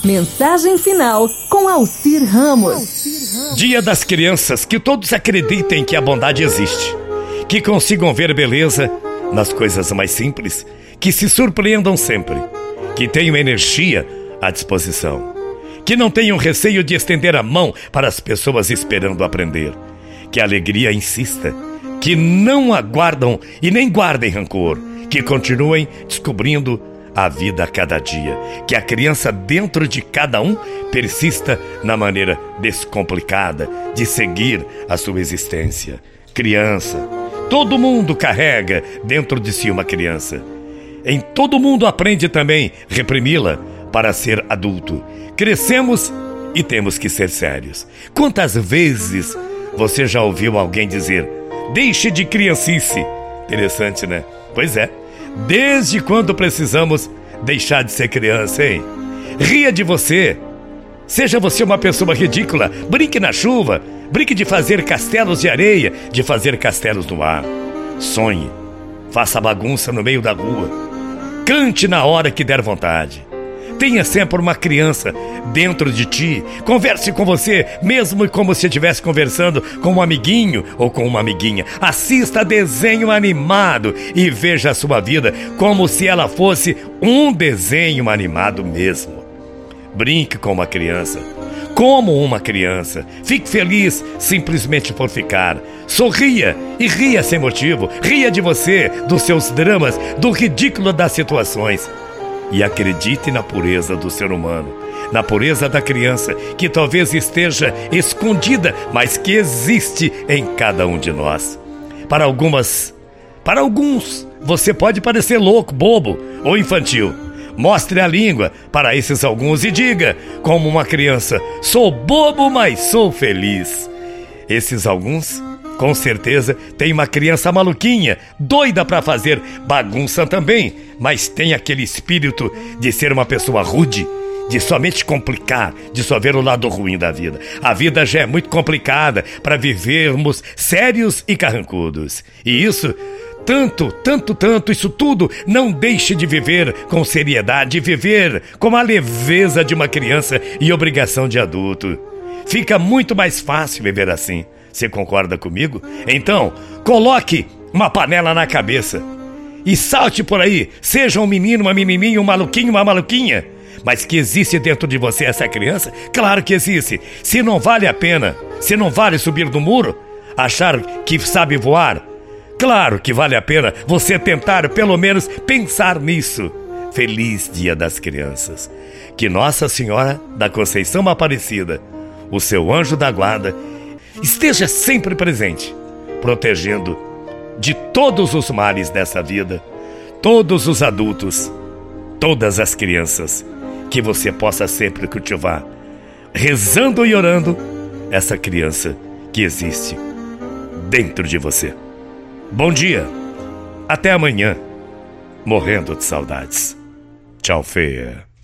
Mensagem final com Alcir Ramos. Dia das Crianças, que todos acreditem que a bondade existe, que consigam ver beleza nas coisas mais simples, que se surpreendam sempre, que tenham energia à disposição, que não tenham receio de estender a mão para as pessoas esperando aprender, que a alegria insista, que não aguardam e nem guardem rancor, que continuem descobrindo a vida a cada dia, que a criança dentro de cada um persista na maneira descomplicada de seguir a sua existência. Criança, todo mundo carrega dentro de si uma criança. Em todo mundo aprende também reprimi-la para ser adulto. Crescemos e temos que ser sérios. Quantas vezes você já ouviu alguém dizer: deixe de criancice? Interessante, né? Pois é. Desde quando precisamos deixar de ser criança, hein? Ria de você. Seja você uma pessoa ridícula. Brinque na chuva. Brinque de fazer castelos de areia, de fazer castelos no ar. Sonhe. Faça bagunça no meio da rua. Cante na hora que der vontade. Tenha sempre uma criança dentro de ti. Converse com você, mesmo como se estivesse conversando com um amiguinho ou com uma amiguinha. Assista desenho animado e veja a sua vida como se ela fosse um desenho animado mesmo. Brinque com uma criança, como uma criança. Fique feliz simplesmente por ficar. Sorria e ria sem motivo. Ria de você, dos seus dramas, do ridículo das situações. E acredite na pureza do ser humano, na pureza da criança, que talvez esteja escondida, mas que existe em cada um de nós. Para alguns, você pode parecer louco, bobo ou infantil. Mostre a língua para esses alguns e diga, como uma criança: sou bobo, mas sou feliz. Esses alguns, com certeza, tem uma criança maluquinha, doida para fazer bagunça também, mas tem aquele espírito de ser uma pessoa rude, de somente complicar, de só ver o lado ruim da vida. A vida já é muito complicada para vivermos sérios e carrancudos. E isso, isso tudo, não deixe de viver com seriedade, viver com a leveza de uma criança e obrigação de adulto. Fica muito mais fácil viver assim. Você concorda comigo? Então, coloque uma panela na cabeça e salte por aí. Seja um menino, uma menininha, um maluquinho, uma maluquinha. Mas que existe dentro de você essa criança? Claro que existe. Se não vale a pena, se não vale subir do muro, achar que sabe voar, claro que vale a pena você tentar pelo menos pensar nisso. Feliz Dia das Crianças. Que Nossa Senhora da Conceição Aparecida, o seu anjo da guarda, esteja sempre presente, protegendo de todos os males dessa vida, todos os adultos, todas as crianças, que você possa sempre cultivar, rezando e orando, essa criança que existe dentro de você. Bom dia, até amanhã, morrendo de saudades. Tchau, feia.